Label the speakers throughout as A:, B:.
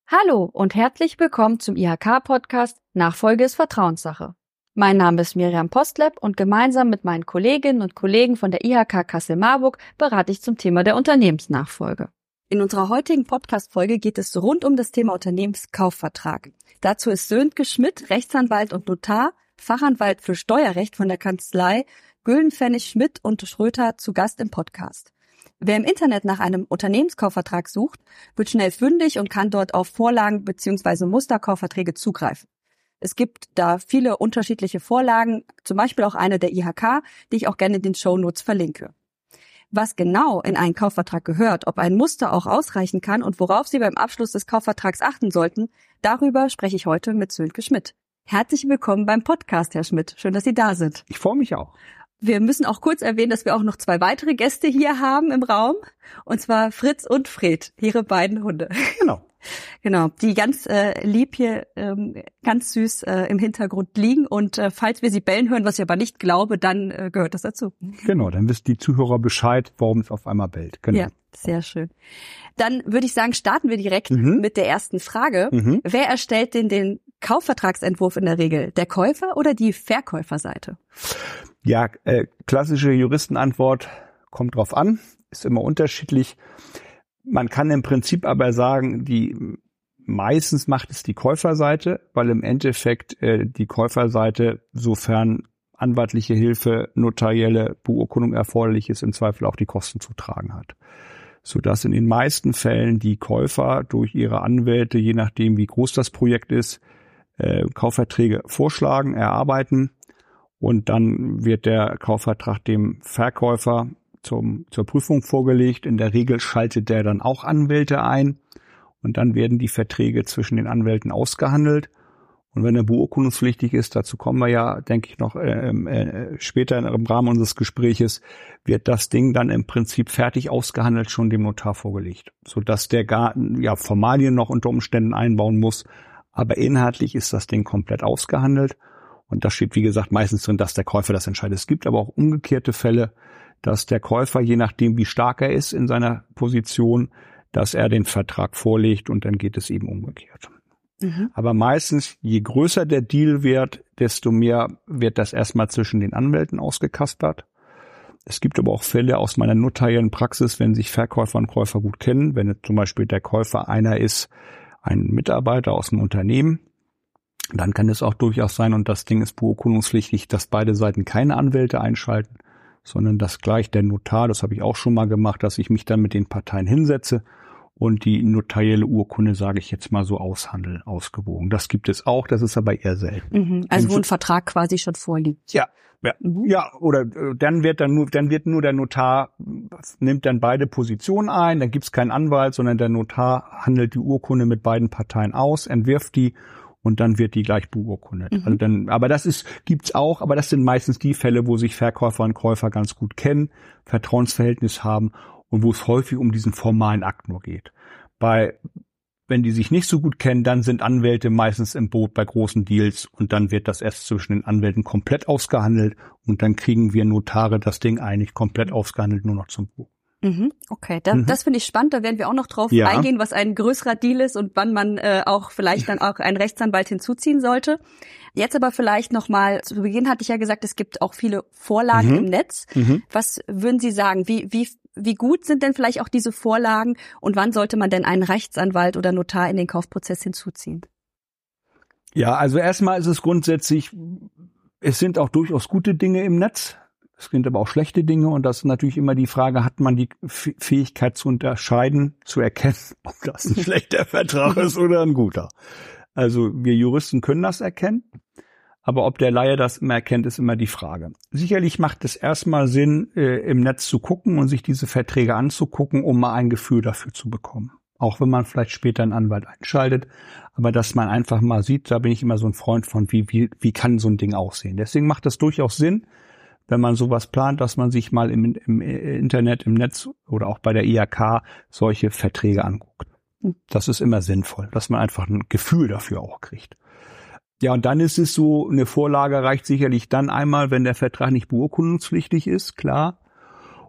A: Hallo und herzlich willkommen zum IHK-Podcast Nachfolge ist Vertrauenssache. Mein Name ist Miriam Postleb und gemeinsam mit meinen Kolleginnen und Kollegen von der IHK Kassel-Marburg berate ich zum Thema der Unternehmensnachfolge. In unserer heutigen Podcast-Folge geht es rund um das Thema Unternehmenskaufvertrag. Dazu ist Sönke Schmidt, Rechtsanwalt und Notar, Fachanwalt für Steuerrecht von der Kanzlei Güldenpfennig, Schmidt und Schröter zu Gast im Podcast. Wer im Internet nach einem Unternehmenskaufvertrag sucht, wird schnell fündig und kann dort auf Vorlagen bzw. Musterkaufverträge zugreifen. Es gibt da viele unterschiedliche Vorlagen, zum Beispiel auch eine der IHK, die ich auch gerne in den Shownotes verlinke. Was genau in einen Kaufvertrag gehört, ob ein Muster auch ausreichen kann und worauf Sie beim Abschluss des Kaufvertrags achten sollten, darüber spreche ich heute mit Sönke Schmidt. Herzlich willkommen beim Podcast, Herr Schmidt. Schön, dass Sie da sind.
B: Ich freue mich auch.
A: Wir müssen auch kurz erwähnen, dass wir auch noch 2 weitere Gäste hier haben im Raum, und zwar Fritz und Fred, Ihre beiden Hunde. Genau, die ganz lieb hier, ganz süß im Hintergrund liegen, und falls wir sie bellen hören, was ich aber nicht glaube, dann gehört das dazu.
B: Genau, dann wissen die Zuhörer Bescheid, warum es auf einmal bellt. Genau.
A: Ja, sehr schön. Dann würde ich sagen, starten wir direkt mit der ersten Frage. Wer erstellt denn den Kaufvertragsentwurf in der Regel? Der Käufer oder die Verkäuferseite?
B: Ja, klassische Juristenantwort, kommt drauf an, ist immer unterschiedlich. Man kann im Prinzip aber sagen, meistens macht es die Käuferseite, weil im Endeffekt die Käuferseite, sofern anwaltliche Hilfe, notarielle Beurkundung erforderlich ist, im Zweifel auch die Kosten zu tragen hat. Sodass in den meisten Fällen die Käufer durch ihre Anwälte, je nachdem wie groß das Projekt ist, Kaufverträge vorschlagen, erarbeiten, und dann wird der Kaufvertrag dem Verkäufer zur Prüfung vorgelegt. In der Regel schaltet der dann auch Anwälte ein, und dann werden die Verträge zwischen den Anwälten ausgehandelt. Und wenn er beurkundungspflichtig ist, dazu kommen wir ja, denke ich, noch später im Rahmen unseres Gespräches, wird das Ding dann im Prinzip fertig ausgehandelt schon dem Notar vorgelegt, sodass der Formalien noch unter Umständen einbauen muss, aber inhaltlich ist das Ding komplett ausgehandelt. Und da steht, wie gesagt, meistens drin, dass der Käufer das entscheidet. Es gibt aber auch umgekehrte Fälle, dass der Käufer, je nachdem wie stark er ist in seiner Position, dass er den Vertrag vorlegt, und dann geht es eben umgekehrt. Aber meistens, je größer der Deal wird, desto mehr wird das erstmal zwischen den Anwälten ausgekaspert. Es gibt aber auch Fälle aus meiner notariellen Praxis, wenn sich Verkäufer und Käufer gut kennen, wenn zum Beispiel der Käufer einer ist, ein Mitarbeiter aus dem Unternehmen, dann kann es auch durchaus sein, und das Ding ist beurkundungspflichtig, dass beide Seiten keine Anwälte einschalten, sondern dass gleich der Notar, das habe ich auch schon mal gemacht, dass ich mich dann mit den Parteien hinsetze und die notarielle Urkunde, sage ich jetzt mal so, aushandeln, ausgewogen. Das gibt es auch, das ist aber eher selten.
A: Also wo ein Vertrag quasi schon vorliegt.
B: Ja, oder dann wird nur der Notar, nimmt dann beide Positionen ein, dann gibt es keinen Anwalt, sondern der Notar handelt die Urkunde mit beiden Parteien aus, entwirft die, und dann wird die gleich beurkundet. Also aber gibt's auch, aber das sind meistens die Fälle, wo sich Verkäufer und Käufer ganz gut kennen, Vertrauensverhältnis haben, und wo es häufig um diesen formalen Akt nur geht. Wenn die sich nicht so gut kennen, dann sind Anwälte meistens im Boot bei großen Deals, und dann wird das erst zwischen den Anwälten komplett ausgehandelt, und dann kriegen wir Notare das Ding eigentlich komplett ausgehandelt nur noch zum Buch.
A: Okay, das finde ich spannend. Da werden wir auch noch drauf eingehen, was ein größerer Deal ist und wann man auch vielleicht dann auch einen Rechtsanwalt hinzuziehen sollte. Jetzt aber vielleicht nochmal, zu Beginn hatte ich ja gesagt, es gibt auch viele Vorlagen im Netz. Was würden Sie sagen, wie gut sind denn vielleicht auch diese Vorlagen, und wann sollte man denn einen Rechtsanwalt oder Notar in den Kaufprozess hinzuziehen?
B: Ja, also erstmal ist es grundsätzlich, es sind auch durchaus gute Dinge im Netz. Es sind aber auch schlechte Dinge, und das ist natürlich immer die Frage, hat man die Fähigkeit zu unterscheiden, zu erkennen, ob das ein schlechter Vertrag ist oder ein guter. Also wir Juristen können das erkennen, aber ob der Laie das immer erkennt, ist immer die Frage. Sicherlich macht es erstmal Sinn, im Netz zu gucken und sich diese Verträge anzugucken, um mal ein Gefühl dafür zu bekommen. Auch wenn man vielleicht später einen Anwalt einschaltet, aber dass man einfach mal sieht, da bin ich immer so ein Freund von, wie kann so ein Ding aussehen. Deswegen macht es durchaus Sinn, wenn man sowas plant, dass man sich mal im Internet, im Netz oder auch bei der IHK solche Verträge anguckt. Das ist immer sinnvoll, dass man einfach ein Gefühl dafür auch kriegt. Ja, und dann ist es so, eine Vorlage reicht sicherlich dann einmal, wenn der Vertrag nicht beurkundungspflichtig ist, klar.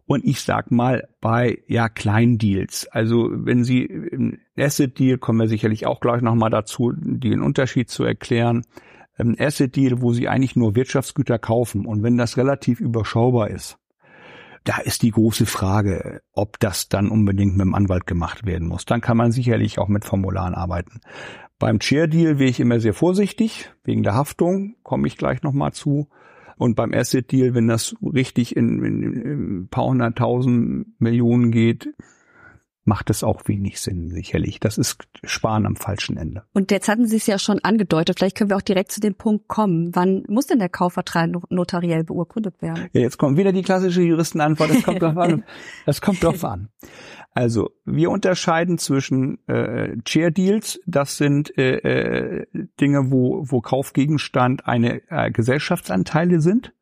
B: Und ich sag mal, bei kleinen Deals, also wenn Sie im Asset Deal, kommen wir sicherlich auch gleich nochmal dazu, den Unterschied zu erklären, ein Asset Deal, wo Sie eigentlich nur Wirtschaftsgüter kaufen und wenn das relativ überschaubar ist, da ist die große Frage, ob das dann unbedingt mit dem Anwalt gemacht werden muss. Dann kann man sicherlich auch mit Formularen arbeiten. Beim Share Deal wäre ich immer sehr vorsichtig, wegen der Haftung, komme ich gleich nochmal zu. Und beim Asset Deal, wenn das richtig in ein paar 100.000 Millionen geht, macht es auch wenig Sinn, sicherlich. Das ist Sparen am falschen Ende.
A: Und jetzt hatten Sie es ja schon angedeutet, vielleicht können wir auch direkt zu dem Punkt kommen. Wann muss denn der Kaufvertrag notariell beurkundet werden?
B: Ja, jetzt kommt wieder die klassische Juristenantwort, das kommt drauf an. Das kommt drauf an. Also, wir unterscheiden zwischen Share Deals, das sind Dinge, wo Kaufgegenstand eine Gesellschaftsanteile sind,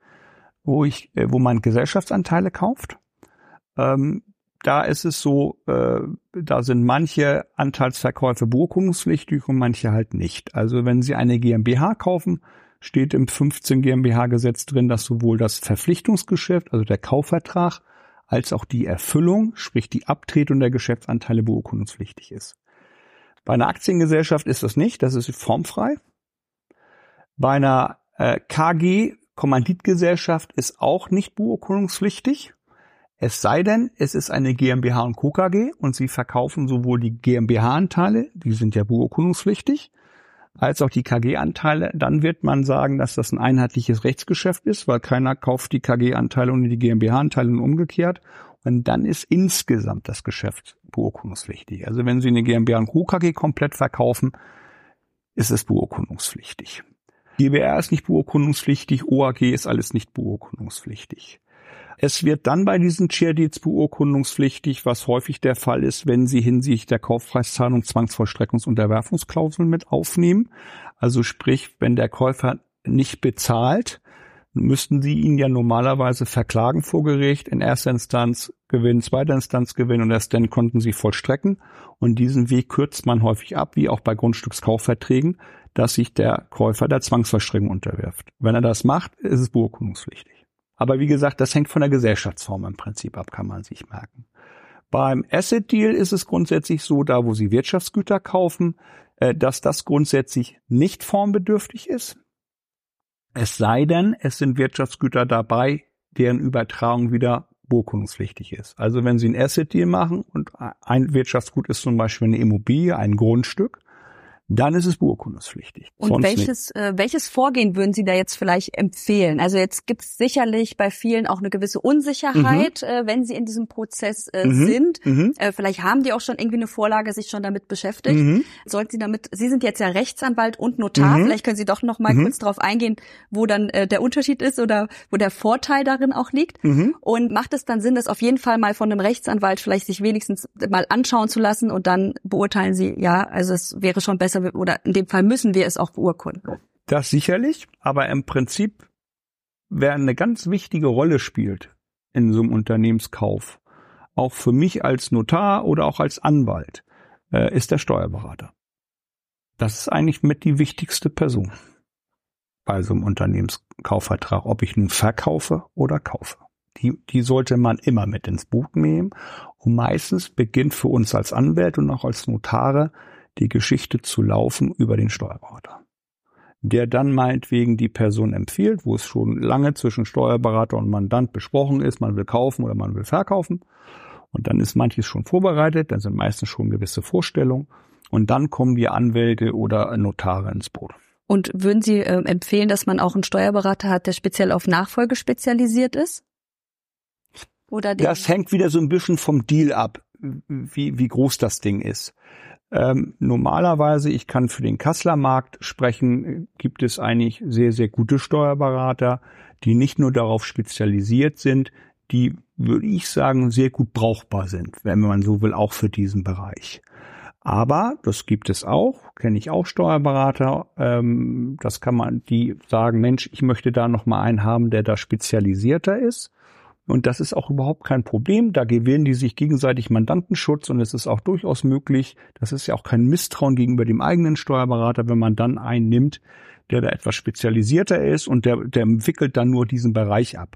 B: wo man Gesellschaftsanteile kauft. Da ist es so, da sind manche Anteilsverkäufe beurkundungspflichtig und manche halt nicht. Also wenn Sie eine GmbH kaufen, steht im 15 GmbH-Gesetz drin, dass sowohl das Verpflichtungsgeschäft, also der Kaufvertrag, als auch die Erfüllung, sprich die Abtretung der Geschäftsanteile beurkundungspflichtig ist. Bei einer Aktiengesellschaft ist das nicht, das ist formfrei. Bei einer KG, Kommanditgesellschaft, ist auch nicht beurkundungspflichtig. Es sei denn, es ist eine GmbH und Co. KG und Sie verkaufen sowohl die GmbH-Anteile, die sind ja beurkundungspflichtig, als auch die KG-Anteile. Dann wird man sagen, dass das ein einheitliches Rechtsgeschäft ist, weil keiner kauft die KG-Anteile ohne die GmbH-Anteile und umgekehrt. Und dann ist insgesamt das Geschäft beurkundungspflichtig. Also wenn Sie eine GmbH und Co. KG komplett verkaufen, ist es beurkundungspflichtig. GbR ist nicht beurkundungspflichtig, OAG ist alles nicht beurkundungspflichtig. Es wird dann bei diesen Share Deals beurkundungspflichtig, was häufig der Fall ist, wenn Sie hinsichtlich der Kaufpreiszahlung Zwangsvollstreckungs- und Erwerfungsklauseln mit aufnehmen. Also sprich, wenn der Käufer nicht bezahlt, müssten Sie ihn ja normalerweise verklagen vor Gericht, in erster Instanz gewinnen, zweiter Instanz gewinnen und erst dann konnten Sie vollstrecken. Und diesen Weg kürzt man häufig ab, wie auch bei Grundstückskaufverträgen, dass sich der Käufer der Zwangsvollstreckung unterwirft. Wenn er das macht, ist es beurkundungspflichtig. Aber wie gesagt, das hängt von der Gesellschaftsform im Prinzip ab, kann man sich merken. Beim Asset Deal ist es grundsätzlich so, da wo Sie Wirtschaftsgüter kaufen, dass das grundsätzlich nicht formbedürftig ist. Es sei denn, es sind Wirtschaftsgüter dabei, deren Übertragung wieder beurkundungspflichtig ist. Also wenn Sie ein Asset Deal machen und ein Wirtschaftsgut ist zum Beispiel eine Immobilie, ein Grundstück, dann ist es beurkundungspflichtig.
A: Und welches Vorgehen würden Sie da jetzt vielleicht empfehlen? Also jetzt gibt es sicherlich bei vielen auch eine gewisse Unsicherheit, wenn sie in diesem Prozess sind. Vielleicht haben die auch schon irgendwie eine Vorlage, sich schon damit beschäftigt. Sollten Sie Sie sind jetzt ja Rechtsanwalt und Notar, vielleicht können Sie doch noch mal kurz darauf eingehen, wo dann der Unterschied ist oder wo der Vorteil darin auch liegt. Und macht es dann Sinn, das auf jeden Fall mal von einem Rechtsanwalt vielleicht sich wenigstens mal anschauen zu lassen und dann beurteilen Sie, ja, also es wäre schon besser, oder in dem Fall müssen wir es auch beurkunden.
B: Das sicherlich, aber im Prinzip, wer eine ganz wichtige Rolle spielt in so einem Unternehmenskauf, auch für mich als Notar oder auch als Anwalt, ist der Steuerberater. Das ist eigentlich mit die wichtigste Person bei so einem Unternehmenskaufvertrag, ob ich nun verkaufe oder kaufe. Die sollte man immer mit ins Boot nehmen. Und meistens beginnt für uns als Anwälte und auch als Notare die Geschichte zu laufen über den Steuerberater, der dann meinetwegen die Person empfiehlt, wo es schon lange zwischen Steuerberater und Mandant besprochen ist, man will kaufen oder man will verkaufen. Und dann ist manches schon vorbereitet, dann sind meistens schon gewisse Vorstellungen. Und dann kommen die Anwälte oder Notare ins Boot.
A: Und würden Sie empfehlen, dass man auch einen Steuerberater hat, der speziell auf Nachfolge spezialisiert ist? Oder
B: das hängt wieder so ein bisschen vom Deal ab, wie groß das Ding ist. Normalerweise, ich kann für den Kasseler Markt sprechen, gibt es eigentlich sehr, sehr gute Steuerberater, die nicht nur darauf spezialisiert sind, die, würde ich sagen, sehr gut brauchbar sind, wenn man so will, auch für diesen Bereich. Aber das gibt es auch, kenne ich auch Steuerberater, das kann man, die sagen, Mensch, ich möchte da noch mal einen haben, der da spezialisierter ist. Und das ist auch überhaupt kein Problem. Da gewähren die sich gegenseitig Mandantenschutz und es ist auch durchaus möglich. Das ist ja auch kein Misstrauen gegenüber dem eigenen Steuerberater, wenn man dann einen nimmt, der da etwas spezialisierter ist und der wickelt dann nur diesen Bereich ab.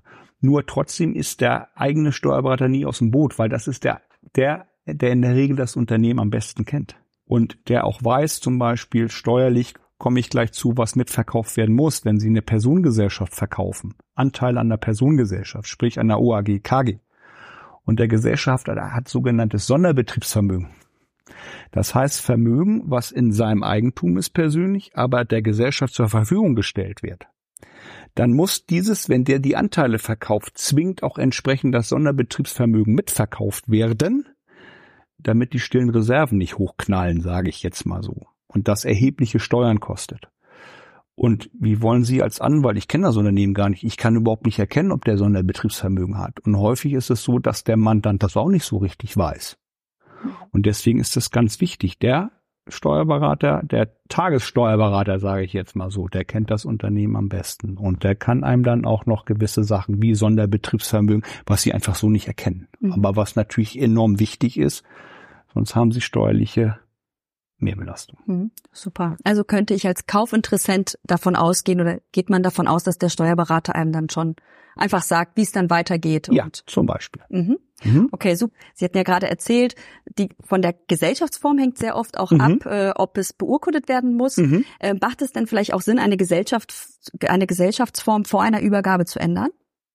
B: Nur trotzdem ist der eigene Steuerberater nie aus dem Boot, weil das ist der in der Regel das Unternehmen am besten kennt. Und der auch weiß, zum Beispiel steuerlich, komme ich gleich zu, was mitverkauft werden muss, wenn Sie eine Personengesellschaft verkaufen. Anteil an der Personengesellschaft, sprich an der OAG, KG. Und der Gesellschafter hat sogenanntes Sonderbetriebsvermögen. Das heißt Vermögen, was in seinem Eigentum ist persönlich, aber der Gesellschaft zur Verfügung gestellt wird. Dann muss dieses, wenn der die Anteile verkauft, zwingend auch entsprechend das Sonderbetriebsvermögen mitverkauft werden, damit die stillen Reserven nicht hochknallen, sage ich jetzt mal so. Und das erhebliche Steuern kostet. Und wie wollen Sie als Anwalt, ich kenne das Unternehmen gar nicht, ich kann überhaupt nicht erkennen, ob der Sonderbetriebsvermögen hat. Und häufig ist es so, dass der Mandant das auch nicht so richtig weiß. Und deswegen ist es ganz wichtig, der Steuerberater, der Tagessteuerberater, sage ich jetzt mal so, der kennt das Unternehmen am besten. Und der kann einem dann auch noch gewisse Sachen wie Sonderbetriebsvermögen, was Sie einfach so nicht erkennen. Aber was natürlich enorm wichtig ist, sonst haben Sie steuerliche Mehrbelastung.
A: Super. Also könnte ich als Kaufinteressent davon ausgehen oder geht man davon aus, dass der Steuerberater einem dann schon einfach sagt, wie es dann weitergeht?
B: Ja, zum Beispiel.
A: Okay, super. Sie hatten ja gerade erzählt, von der Gesellschaftsform hängt sehr oft auch ab, ob es beurkundet werden muss. Macht es denn vielleicht auch Sinn, eine Gesellschaftsform vor einer Übergabe zu ändern?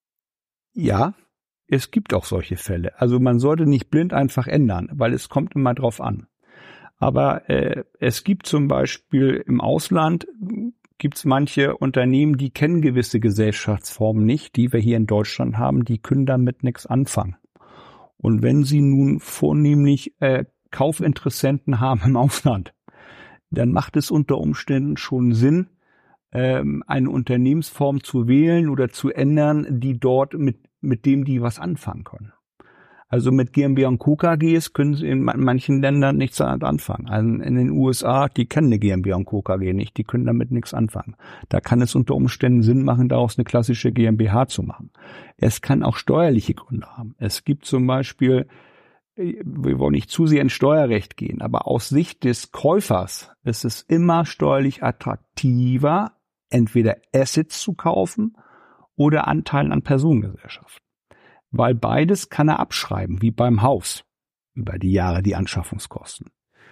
B: Ja, es gibt auch solche Fälle. Also man sollte nicht blind einfach ändern, weil es kommt immer drauf an. Aber es gibt zum Beispiel im Ausland, gibt's manche Unternehmen, die kennen gewisse Gesellschaftsformen nicht, die wir hier in Deutschland haben, die können damit nichts anfangen. Und wenn Sie nun vornehmlich Kaufinteressenten haben im Ausland, dann macht es unter Umständen schon Sinn, eine Unternehmensform zu wählen oder zu ändern, die dort mit dem die was anfangen können. Also mit GmbH und Co. KGs können Sie in manchen Ländern nichts anfangen. Also in den USA, die kennen eine GmbH und Co. KG nicht, die können damit nichts anfangen. Da kann es unter Umständen Sinn machen, daraus eine klassische GmbH zu machen. Es kann auch steuerliche Gründe haben. Es gibt zum Beispiel, wir wollen nicht zu sehr ins Steuerrecht gehen, aber aus Sicht des Käufers ist es immer steuerlich attraktiver, entweder Assets zu kaufen oder Anteilen an Personengesellschaften. Weil beides kann er abschreiben, wie beim Haus, über die Jahre die Anschaffungskosten.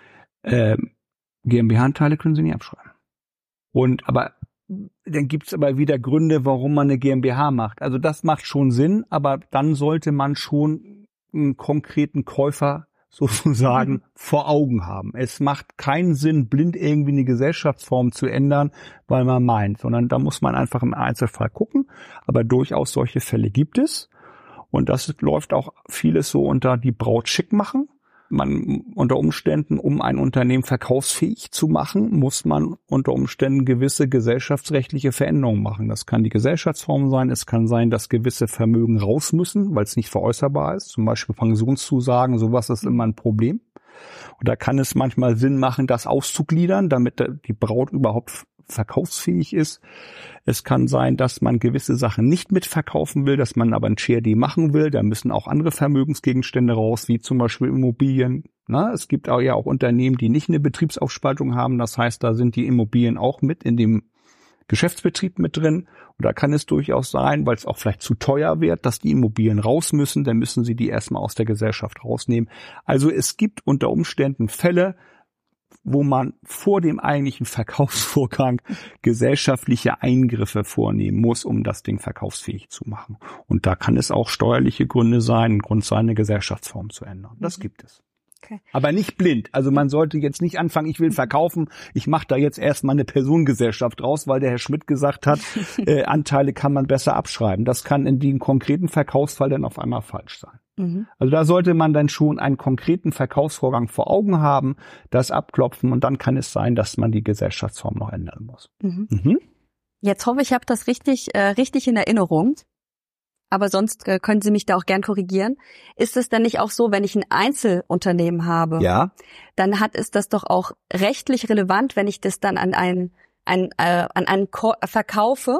B: GmbH-Anteile können Sie nicht abschreiben. Aber dann gibt's aber wieder Gründe, warum man eine GmbH macht. Also das macht schon Sinn, aber dann sollte man schon einen konkreten Käufer sozusagen vor Augen haben. Es macht keinen Sinn, blind irgendwie eine Gesellschaftsform zu ändern, weil man meint, sondern da muss man einfach im Einzelfall gucken. Aber durchaus solche Fälle gibt es. Und das läuft auch vieles so unter die Braut schick machen. Man unter Umständen, um ein Unternehmen verkaufsfähig zu machen, muss man unter Umständen gewisse gesellschaftsrechtliche Veränderungen machen. Das kann die Gesellschaftsform sein. Es kann sein, dass gewisse Vermögen raus müssen, weil es nicht veräußerbar ist. Zum Beispiel Pensionszusagen, sowas ist immer ein Problem. Und da kann es manchmal Sinn machen, das auszugliedern, damit die Braut überhaupt verkaufsfähig ist. Es kann sein, dass man gewisse Sachen nicht mitverkaufen will, dass man aber ein Share-D machen will. Da müssen auch andere Vermögensgegenstände raus, wie zum Beispiel Immobilien. Es gibt auch Unternehmen, die nicht eine Betriebsaufspaltung haben. Das heißt, da sind die Immobilien auch mit in dem Geschäftsbetrieb mit drin. Und da kann es durchaus sein, weil es auch vielleicht zu teuer wird, dass die Immobilien raus müssen. Dann müssen sie die erstmal aus der Gesellschaft rausnehmen. Also es gibt unter Umständen Fälle, wo man vor dem eigentlichen Verkaufsvorgang gesellschaftliche Eingriffe vornehmen muss, um das Ding verkaufsfähig zu machen. Und da kann es auch steuerliche Gründe sein, ein Grund sein, eine Gesellschaftsform zu ändern. Das gibt es. Okay. Aber nicht blind. Also man sollte jetzt nicht anfangen, ich will verkaufen, ich mache da jetzt erstmal eine Personengesellschaft raus, weil der Herr Schmidt gesagt hat, Anteile kann man besser abschreiben. Das kann in dem konkreten Verkaufsfall dann auf einmal falsch sein. Also da sollte man dann schon einen konkreten Verkaufsvorgang vor Augen haben, das abklopfen und dann kann es sein, dass man die Gesellschaftsform noch ändern muss.
A: Jetzt hoffe ich, habe das richtig in Erinnerung. Aber sonst können Sie mich da auch gern korrigieren. Ist es denn nicht auch so, wenn ich ein Einzelunternehmen habe,
B: ja,
A: dann ist das doch auch rechtlich relevant, wenn ich das dann an einen verkaufe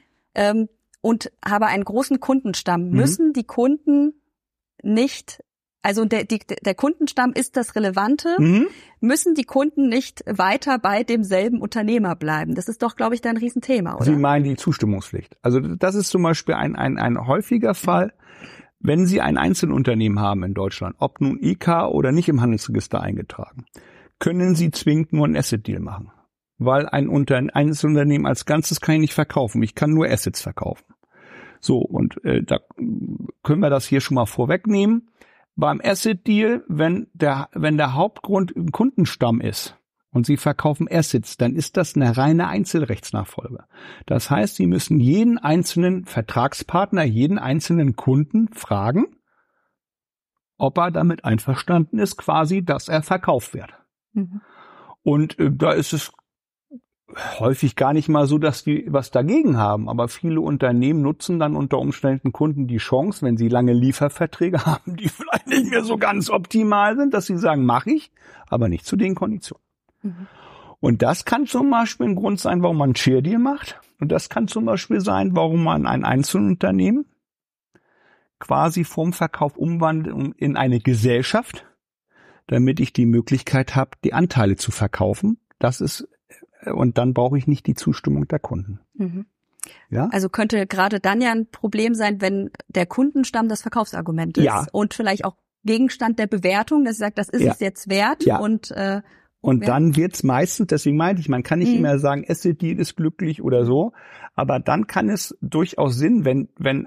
A: und habe einen großen Kundenstamm. Müssen die Kunden nicht Also der Kundenstamm ist das Relevante. Müssen die Kunden nicht weiter bei demselben Unternehmer bleiben? Das ist doch, glaube ich, da ein Riesenthema, oder?
B: Sie meinen die Zustimmungspflicht. Also das ist zum Beispiel ein häufiger Fall, wenn Sie ein Einzelunternehmen haben in Deutschland, ob nun IK oder nicht im Handelsregister eingetragen, können Sie zwingend nur einen Asset-Deal machen. Weil ein Einzelunternehmen als Ganzes kann ich nicht verkaufen. Ich kann nur Assets verkaufen. So, und da können wir das hier schon mal vorwegnehmen. Beim Asset-Deal, wenn der Hauptgrund im Kundenstamm ist und Sie verkaufen Assets, dann ist das eine reine Einzelrechtsnachfolge. Das heißt, Sie müssen jeden einzelnen Vertragspartner, jeden einzelnen Kunden fragen, ob er damit einverstanden ist, quasi, dass er verkauft wird. Und da ist es häufig gar nicht mal so, dass die was dagegen haben. Aber viele Unternehmen nutzen dann unter Umständen Kunden die Chance, wenn sie lange Lieferverträge haben, die vielleicht nicht mehr so ganz optimal sind, dass sie sagen, mache ich, aber nicht zu den Konditionen. Und das kann zum Beispiel ein Grund sein, warum man einen Share Deal macht. Und das kann zum Beispiel sein, warum man ein Einzelunternehmen quasi vom Verkauf umwandelt in eine Gesellschaft, damit ich die Möglichkeit habe, die Anteile zu verkaufen. Und dann brauche ich nicht die Zustimmung der Kunden. Ja?
A: Also könnte gerade dann ja ein Problem sein, wenn der Kundenstamm das Verkaufsargument ist und vielleicht auch Gegenstand der Bewertung, dass sie sagt, das ist es jetzt wert.
B: Ja.
A: Und
B: dann wird's meistens, deswegen meinte ich, man kann nicht immer sagen, Asset Deal ist glücklich oder so, aber dann kann es durchaus Sinn, wenn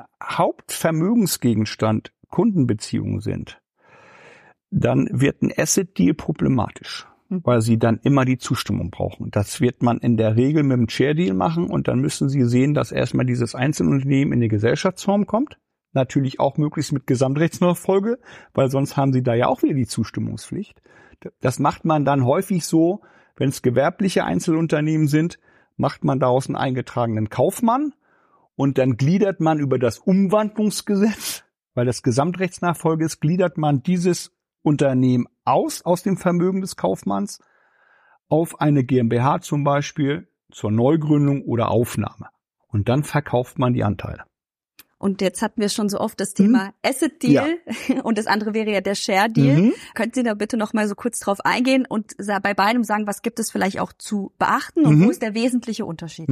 B: Hauptvermögensgegenstand Kundenbeziehungen sind, dann wird ein Asset Deal problematisch, weil sie dann immer die Zustimmung brauchen. Das wird man in der Regel mit einem Share Deal machen und dann müssen sie sehen, dass erstmal dieses Einzelunternehmen in die Gesellschaftsform kommt. Natürlich auch möglichst mit Gesamtrechtsnachfolge, weil sonst haben sie da ja auch wieder die Zustimmungspflicht. Das macht man dann häufig so, wenn es gewerbliche Einzelunternehmen sind, macht man daraus einen eingetragenen Kaufmann und dann gliedert man über das Umwandlungsgesetz, weil das Gesamtrechtsnachfolge ist, gliedert man dieses Unternehmen aus dem Vermögen des Kaufmanns auf eine GmbH zum Beispiel zur Neugründung oder Aufnahme. Und dann verkauft man die Anteile.
A: Und jetzt hatten wir schon so oft das Thema Asset Deal und das andere wäre ja der Share Deal. Könnten Sie da bitte noch mal so kurz drauf eingehen und bei beidem sagen, was gibt es vielleicht auch zu beachten und wo ist der wesentliche Unterschied?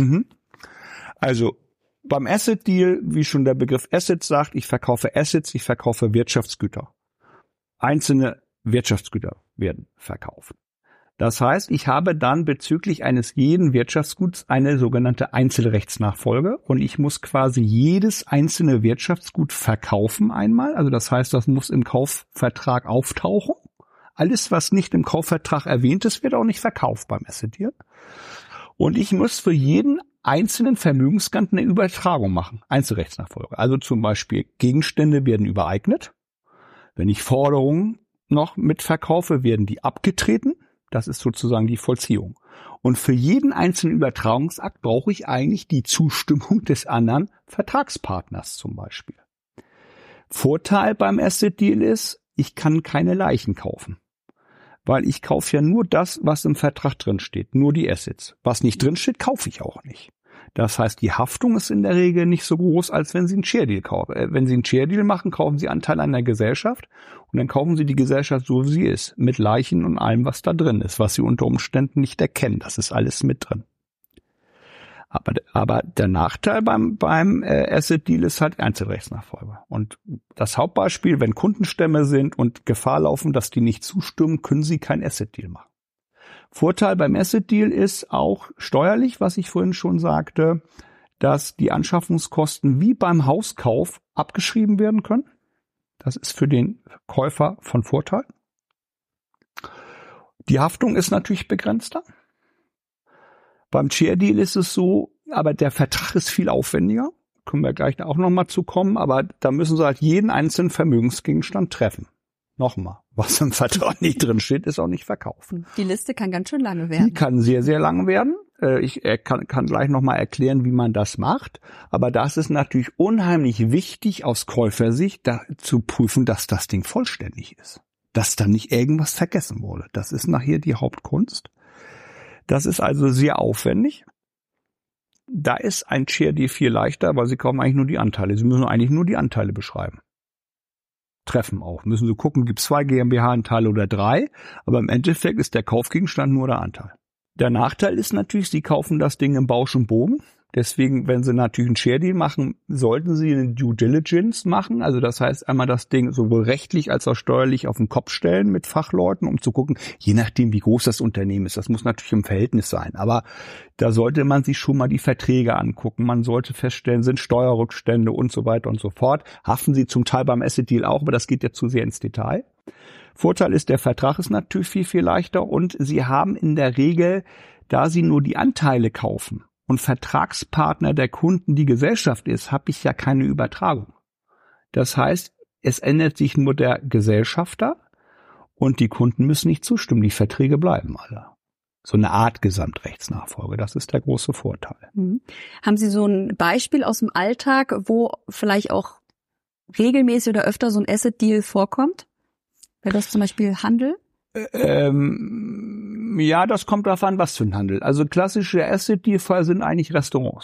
B: Also beim Asset Deal, wie schon der Begriff Assets sagt, ich verkaufe Assets, ich verkaufe Wirtschaftsgüter. Einzelne Wirtschaftsgüter werden verkauft. Das heißt, ich habe dann bezüglich eines jeden Wirtschaftsguts eine sogenannte Einzelrechtsnachfolge und ich muss quasi jedes einzelne Wirtschaftsgut verkaufen einmal. Also das heißt, das muss im Kaufvertrag auftauchen. Alles, was nicht im Kaufvertrag erwähnt ist, wird auch nicht verkauft beim Asset Deal. Und ich muss für jeden einzelnen Vermögensstand eine Übertragung machen, Einzelrechtsnachfolge. Also zum Beispiel Gegenstände werden übereignet. Wenn ich Forderungen noch mitverkaufe, werden die abgetreten. Das ist sozusagen die Vollziehung. Und für jeden einzelnen Übertragungsakt brauche ich eigentlich die Zustimmung des anderen Vertragspartners zum Beispiel. Vorteil beim Asset Deal ist, ich kann keine Leichen kaufen. Weil ich kaufe ja nur das, was im Vertrag drin steht, nur die Assets. Was nicht drin steht, kaufe ich auch nicht. Das heißt, die Haftung ist in der Regel nicht so groß, als wenn Sie einen Share Deal kaufen. Wenn Sie einen Share Deal machen, kaufen Sie Anteile an der Gesellschaft und dann kaufen Sie die Gesellschaft so, wie sie ist, mit Leichen und allem, was da drin ist, was Sie unter Umständen nicht erkennen. Das ist alles mit drin. Aber der Nachteil beim Asset Deal ist halt Einzelrechtsnachfolge. Und das Hauptbeispiel, wenn Kundenstämme sind und Gefahr laufen, dass die nicht zustimmen, können Sie kein Asset Deal machen. Vorteil beim Asset Deal ist auch steuerlich, was ich vorhin schon sagte, dass die Anschaffungskosten wie beim Hauskauf abgeschrieben werden können. Das ist für den Käufer von Vorteil. Die Haftung ist natürlich begrenzter. Beim Share Deal ist es so, aber der Vertrag ist viel aufwendiger. Können wir gleich auch nochmal zu kommen, aber da müssen Sie halt jeden einzelnen Vermögensgegenstand treffen. Nochmal, was im Vertrag nicht drin steht, ist auch nicht verkauft.
A: Die Liste kann ganz schön lange werden.
B: Die kann sehr, sehr lang werden. Ich kann gleich nochmal erklären, wie man das macht. Aber das ist natürlich unheimlich wichtig aus Käufersicht, zu prüfen, dass das Ding vollständig ist. Dass da nicht irgendwas vergessen wurde. Das ist nachher die Hauptkunst. Das ist also sehr aufwendig. Da ist ein Share Deal viel leichter, weil Sie kaufen eigentlich nur die Anteile. Sie müssen eigentlich nur die Anteile beschreiben. treffen auch. Müssen Sie gucken, gibt es 2 GmbH-Anteile oder 3, aber im Endeffekt ist der Kaufgegenstand nur der Anteil. Der Nachteil ist natürlich, Sie kaufen das Ding im Bausch und Bogen. Deswegen, wenn Sie natürlich einen Share-Deal machen, sollten Sie eine Due Diligence machen. Also das heißt, einmal das Ding sowohl rechtlich als auch steuerlich auf den Kopf stellen mit Fachleuten, um zu gucken, je nachdem, wie groß das Unternehmen ist. Das muss natürlich im Verhältnis sein. Aber da sollte man sich schon mal die Verträge angucken. Man sollte feststellen, sind Steuerrückstände und so weiter und so fort. Haften Sie zum Teil beim Asset-Deal auch, aber das geht ja zu sehr ins Detail. Vorteil ist, der Vertrag ist natürlich viel, viel leichter und Sie haben in der Regel, da Sie nur die Anteile kaufen und Vertragspartner der Kunden die Gesellschaft ist, habe ich ja keine Übertragung. Das heißt, es ändert sich nur der Gesellschafter und die Kunden müssen nicht zustimmen. Die Verträge bleiben alle. So eine Art Gesamtrechtsnachfolge, das ist der große Vorteil.
A: Haben Sie so ein Beispiel aus dem Alltag, wo vielleicht auch regelmäßig oder öfter so ein Asset-Deal vorkommt? Wäre das zum Beispiel Handel?
B: Ja, das kommt darauf an, was für ein Handel. Also klassische Asset-Deal-Fall sind eigentlich Restaurants.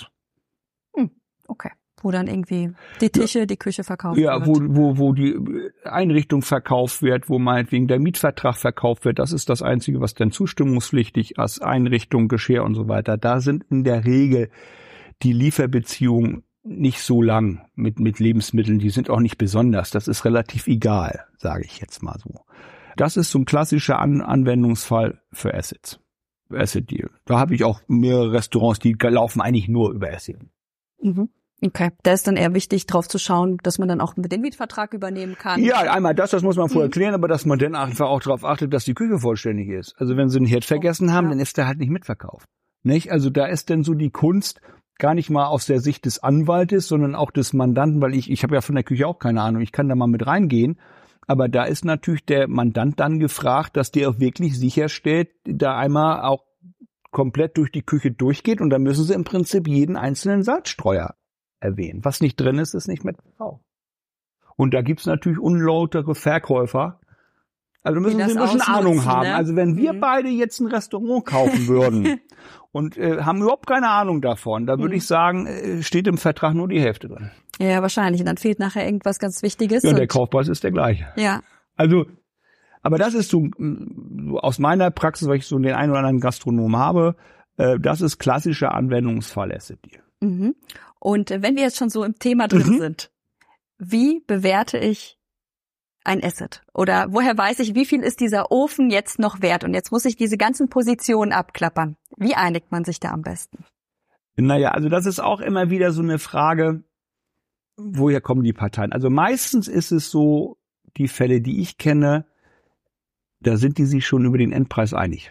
A: Okay. Wo dann irgendwie die Tische, die Küche verkauft wird.
B: Ja, wo die Einrichtung verkauft wird, wo meinetwegen der Mietvertrag verkauft wird. Das ist das Einzige, was dann zustimmungspflichtig ist. Einrichtung, Geschirr und so weiter. Da sind in der Regel die Lieferbeziehungen nicht so lang mit Lebensmitteln. Die sind auch nicht besonders. Das ist relativ egal, sage ich jetzt mal so. Das ist so ein klassischer Anwendungsfall für Assets. Asset Deal. Da habe ich auch mehrere Restaurants, die laufen eigentlich nur über Asset.
A: Okay, da ist dann eher wichtig, drauf zu schauen, dass man dann auch mit dem Mietvertrag übernehmen kann.
B: Ja, einmal das muss man vorher klären, aber dass man dann einfach auch darauf achtet, dass die Küche vollständig ist. Also wenn Sie einen Herd vergessen haben, dann ist der halt nicht mitverkauft. Nicht? Also da ist dann so die Kunst, gar nicht mal aus der Sicht des Anwaltes, sondern auch des Mandanten, weil ich habe ja von der Küche auch keine Ahnung, ich kann da mal mit reingehen. Aber da ist natürlich der Mandant dann gefragt, dass der auch wirklich sicherstellt, da einmal auch komplett durch die Küche durchgeht und dann müssen Sie im Prinzip jeden einzelnen Salzstreuer erwähnen. Was nicht drin ist, ist nicht mit verkauft. Und da gibt's natürlich unlautere Verkäufer. Also müssen Sie ein bisschen Ahnung haben. Ne? Also wenn wir beide jetzt ein Restaurant kaufen würden und haben überhaupt keine Ahnung davon, da würde ich sagen, steht im Vertrag nur die Hälfte drin.
A: Ja, wahrscheinlich. Und dann fehlt nachher irgendwas ganz Wichtiges.
B: Ja, und der Kaufpreis ist der gleiche.
A: Ja.
B: Also, aber das ist so aus meiner Praxis, weil ich so den einen oder anderen Gastronom habe, das ist klassischer Anwendungsfall Asset Deal.
A: Und wenn wir jetzt schon so im Thema drin sind, wie bewerte ich ein Asset? Oder woher weiß ich, wie viel ist dieser Ofen jetzt noch wert? Und jetzt muss ich diese ganzen Positionen abklappern. Wie einigt man sich da am besten?
B: Naja, also das ist auch immer wieder so eine Frage, woher kommen die Parteien? Also meistens ist es so, die Fälle, die ich kenne, da sind die sich schon über den Endpreis einig.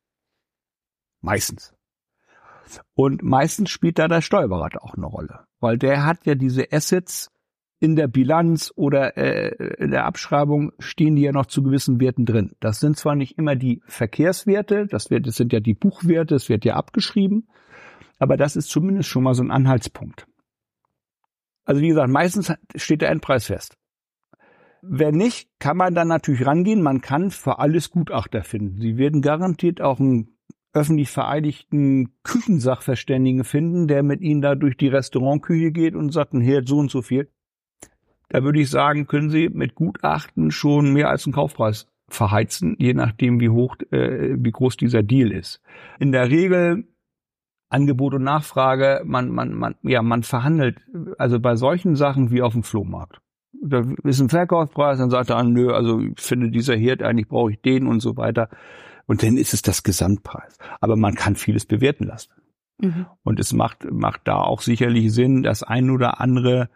B: Meistens. Und meistens spielt da der Steuerberater auch eine Rolle, weil der hat ja diese Assets in der Bilanz oder in der Abschreibung stehen die ja noch zu gewissen Werten drin. Das sind zwar nicht immer die Verkehrswerte, das sind ja die Buchwerte, es wird ja abgeschrieben, aber das ist zumindest schon mal so ein Anhaltspunkt. Also wie gesagt, meistens steht der Endpreis fest. Wenn nicht, kann man dann natürlich rangehen. Man kann für alles Gutachter finden. Sie werden garantiert auch einen öffentlich vereidigten Küchensachverständigen finden, der mit Ihnen da durch die Restaurantküche geht und sagt, ein Herd so und so viel. Da würde ich sagen, können Sie mit Gutachten schon mehr als einen Kaufpreis verheizen, je nachdem wie groß dieser Deal ist. In der Regel Angebot und Nachfrage, man verhandelt, also bei solchen Sachen wie auf dem Flohmarkt. Da ist ein Verkaufspreis, dann sagt er, nö, also ich finde dieser Herd, eigentlich brauche ich den und so weiter. Und dann ist es das Gesamtpreis. Aber man kann vieles bewerten lassen. Und es macht da auch sicherlich Sinn, das ein oder andere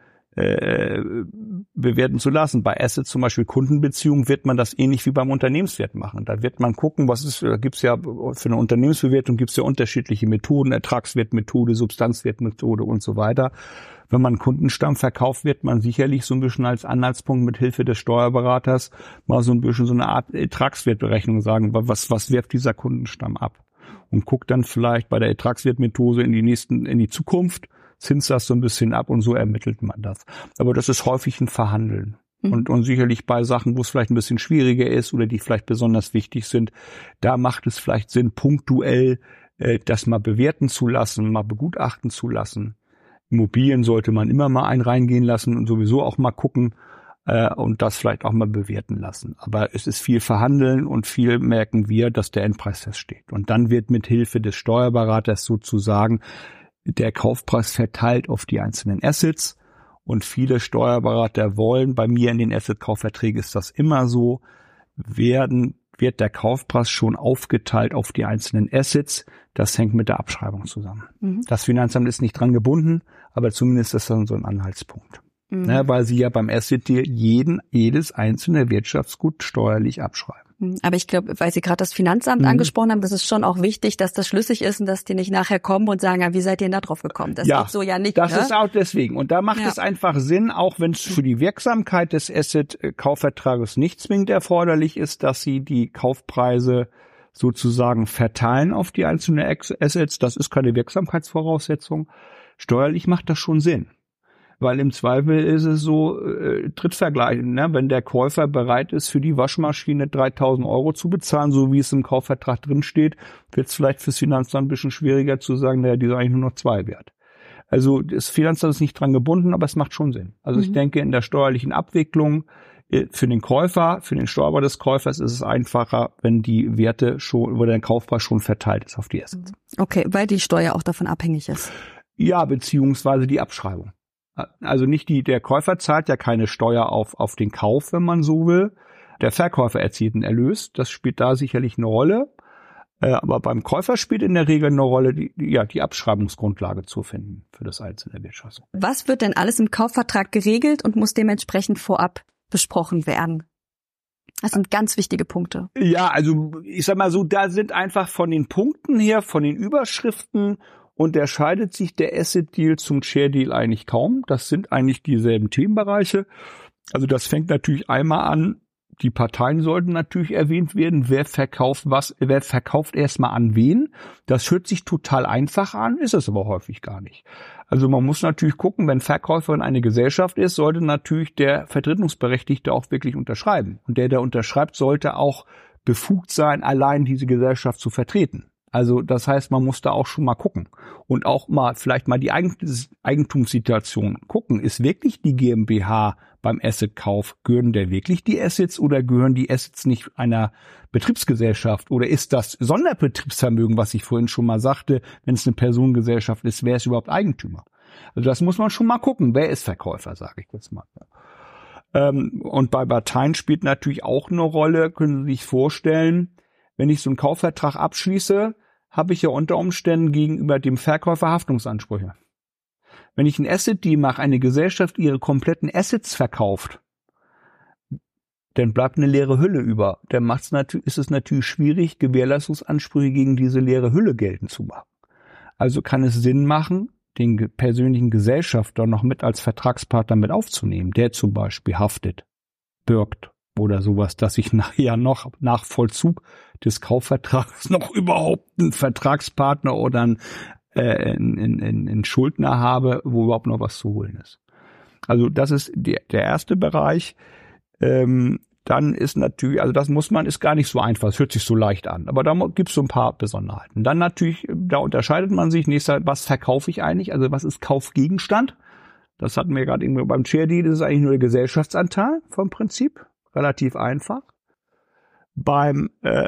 B: bewerten zu lassen. Bei Assets, zum Beispiel Kundenbeziehungen, wird man das ähnlich wie beim Unternehmenswert machen. Da wird man gucken, da gibt's ja für eine Unternehmensbewertung gibt's ja unterschiedliche Methoden, Ertragswertmethode, Substanzwertmethode und so weiter. Wenn man Kundenstamm verkauft, wird man sicherlich so ein bisschen als Anhaltspunkt mit Hilfe des Steuerberaters mal so ein bisschen so eine Art Ertragswertberechnung sagen, was wirft dieser Kundenstamm ab? Und guckt dann vielleicht bei der Ertragswertmethode in die Zukunft, zinst das so ein bisschen ab und so ermittelt man das. Aber das ist häufig ein Verhandeln. Und sicherlich bei Sachen, wo es vielleicht ein bisschen schwieriger ist oder die vielleicht besonders wichtig sind, da macht es vielleicht Sinn, punktuell das mal bewerten zu lassen, mal begutachten zu lassen. Immobilien sollte man immer mal einen reingehen lassen und sowieso auch mal gucken. und das vielleicht auch mal bewerten lassen. Aber es ist viel Verhandeln und viel merken wir, dass der Endpreis feststeht. Und dann wird mit Hilfe des Steuerberaters sozusagen der Kaufpreis verteilt auf die einzelnen Assets. Und viele Steuerberater wollen, bei mir in den Asset-Kaufverträgen ist das immer so, wird der Kaufpreis schon aufgeteilt auf die einzelnen Assets. Das hängt mit der Abschreibung zusammen. Das Finanzamt ist nicht dran gebunden, aber zumindest ist das so ein Anhaltspunkt. Weil sie ja beim Asset-Deal jedes einzelne Wirtschaftsgut steuerlich abschreiben.
A: Aber ich glaube, weil Sie gerade das Finanzamt angesprochen haben, das ist schon auch wichtig, dass das schlüssig ist und dass die nicht nachher kommen und sagen, ja, wie seid ihr denn da drauf gekommen? Das geht so ja nicht.
B: Das ist auch deswegen. Und da macht es einfach Sinn, auch wenn es für die Wirksamkeit des Asset-Kaufvertrages nicht zwingend erforderlich ist, dass Sie die Kaufpreise sozusagen verteilen auf die einzelnen Assets. Das ist keine Wirksamkeitsvoraussetzung. Steuerlich macht das schon Sinn. Weil im Zweifel ist es so, Drittvergleichen, ne? Wenn der Käufer bereit ist, für die Waschmaschine 3.000 € zu bezahlen, so wie es im Kaufvertrag drin steht, wird es vielleicht fürs Finanzamt ein bisschen schwieriger zu sagen, naja, die ist eigentlich nur noch 2 wert. Also das Finanzamt ist nicht dran gebunden, aber es macht schon Sinn. Also ich denke, in der steuerlichen Abwicklung für den Käufer, für den Steuerberater des Käufers ist es einfacher, wenn die Werte schon, wo der Kaufpreis schon verteilt ist auf die Assets.
A: Okay, weil die Steuer auch davon abhängig ist.
B: Ja, beziehungsweise die Abschreibung. Also nicht der Käufer zahlt ja keine Steuer auf den Kauf, wenn man so will. Der Verkäufer erzielt einen Erlös. Das spielt da sicherlich eine Rolle. Aber beim Käufer spielt in der Regel eine Rolle, die Abschreibungsgrundlage zu finden für das einzelne Wirtschaftsgut.
A: Was wird denn alles im Kaufvertrag geregelt und muss dementsprechend vorab besprochen werden? Das sind ganz wichtige Punkte.
B: Ja, also ich sag mal so, da sind einfach von den Punkten her, von den Überschriften unterscheidet sich der Asset-Deal zum Share-Deal eigentlich kaum. Das sind eigentlich dieselben Themenbereiche. Also das fängt natürlich einmal an, die Parteien sollten natürlich erwähnt werden. Wer verkauft was, wer verkauft erstmal an wen. Das hört sich total einfach an, ist es aber häufig gar nicht. Also man muss natürlich gucken, wenn Verkäuferin eine Gesellschaft ist, sollte natürlich der Vertretungsberechtigte auch wirklich unterschreiben. Und der unterschreibt, sollte auch befugt sein, allein diese Gesellschaft zu vertreten. Also das heißt, man muss da auch schon mal gucken und auch mal vielleicht mal die Eigentumssituation gucken. Ist wirklich die GmbH beim Assetkauf, gehören der wirklich die Assets oder gehören die Assets nicht einer Betriebsgesellschaft? Oder ist das Sonderbetriebsvermögen, was ich vorhin schon mal sagte, wenn es eine Personengesellschaft ist, wer ist überhaupt Eigentümer? Also das muss man schon mal gucken. Wer ist Verkäufer, sage ich jetzt mal. Und bei Parteien spielt natürlich auch eine Rolle, können Sie sich vorstellen, wenn ich so einen Kaufvertrag abschließe, habe ich ja unter Umständen gegenüber dem Verkäufer Haftungsansprüche. Wenn ich ein Asset-Deal mache, eine Gesellschaft ihre kompletten Assets verkauft, dann bleibt eine leere Hülle über. Dann ist es natürlich schwierig, Gewährleistungsansprüche gegen diese leere Hülle geltend zu machen. Also kann es Sinn machen, den persönlichen Gesellschafter noch mit als Vertragspartner mit aufzunehmen, der zum Beispiel haftet, bürgt oder sowas, dass ich nachher noch nach Vollzug des Kaufvertrags noch überhaupt einen Vertragspartner oder einen Schuldner habe, wo überhaupt noch was zu holen ist. Also das ist der erste Bereich. Dann ist natürlich, also das ist gar nicht so einfach, es hört sich so leicht an, aber da gibt es so ein paar Besonderheiten. Dann natürlich, da unterscheidet man sich, was verkaufe ich eigentlich, also was ist Kaufgegenstand? Das hatten wir gerade irgendwie beim Share-Deal, das ist eigentlich nur der Gesellschaftsanteil vom Prinzip, relativ einfach. Beim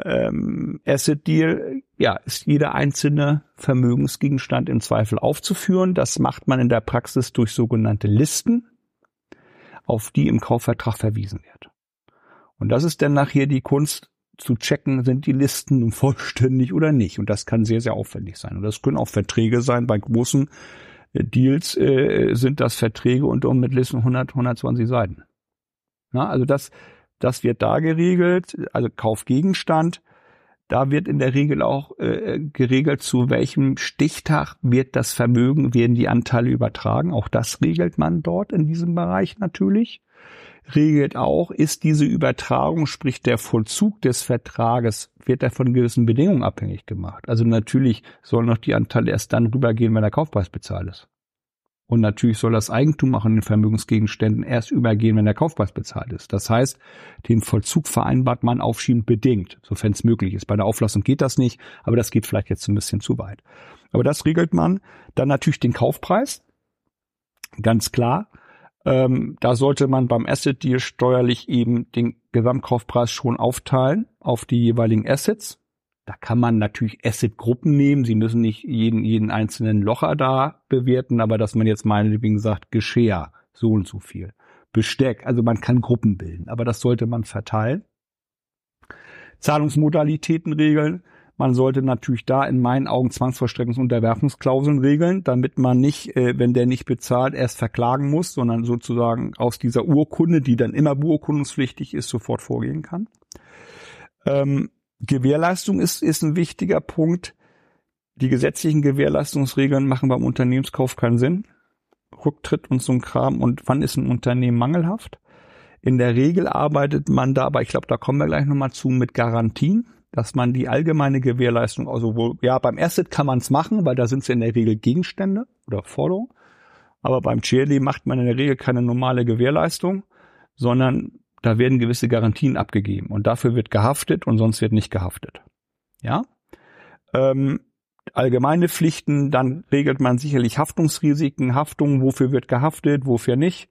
B: Asset-Deal, ist jeder einzelne Vermögensgegenstand im Zweifel aufzuführen. Das macht man in der Praxis durch sogenannte Listen, auf die im Kaufvertrag verwiesen wird. Und das ist dann nachher die Kunst zu checken, sind die Listen nun vollständig oder nicht. Und das kann sehr, sehr aufwendig sein. Und das können auch Verträge sein. Bei großen Deals sind das Verträge unter mit Listen 120 Seiten. Ja, also das wird da geregelt, also Kaufgegenstand. Da wird in der Regel auch geregelt, zu welchem Stichtag werden die Anteile übertragen. Auch das regelt man dort in diesem Bereich natürlich. Regelt auch, ist diese Übertragung, sprich der Vollzug des Vertrages, wird er von gewissen Bedingungen abhängig gemacht. Also natürlich sollen noch die Anteile erst dann rübergehen, wenn der Kaufpreis bezahlt ist. Und natürlich soll das Eigentum auch an den Vermögensgegenständen erst übergehen, wenn der Kaufpreis bezahlt ist. Das heißt, den Vollzug vereinbart man aufschiebend bedingt, sofern es möglich ist. Bei der Auflassung geht das nicht, aber das geht vielleicht jetzt ein bisschen zu weit. Aber das regelt man. Dann natürlich den Kaufpreis, ganz klar. Da sollte man beim Asset Deal steuerlich eben den Gesamtkaufpreis schon aufteilen auf die jeweiligen Assets. Da kann man natürlich Assetgruppen nehmen. Sie müssen nicht jeden einzelnen Locher da bewerten, aber dass man jetzt meinetwegen sagt, Geschirr, so und so viel. Besteck, also man kann Gruppen bilden, aber das sollte man verteilen. Zahlungsmodalitäten regeln. Man sollte natürlich da in meinen Augen Zwangsvollstreckungs- und Unterwerfungsklauseln regeln, damit man nicht, wenn der nicht bezahlt, erst verklagen muss, sondern sozusagen aus dieser Urkunde, die dann immer beurkundungspflichtig ist, sofort vorgehen kann. Gewährleistung ist ein wichtiger Punkt. Die gesetzlichen Gewährleistungsregeln machen beim Unternehmenskauf keinen Sinn. Rücktritt und so ein Kram. Und wann ist ein Unternehmen mangelhaft? In der Regel arbeitet man da, aber ich glaube, da kommen wir gleich nochmal zu, mit Garantien, dass man die allgemeine Gewährleistung, also beim Asset kann man es machen, weil da sind es in der Regel Gegenstände oder Forderungen. Aber beim CRD macht man in der Regel keine normale Gewährleistung, sondern da werden gewisse Garantien abgegeben und dafür wird gehaftet und sonst wird nicht gehaftet. Ja? Allgemeine Pflichten, dann regelt man sicherlich Haftungsrisiken, Haftungen, wofür wird gehaftet, wofür nicht.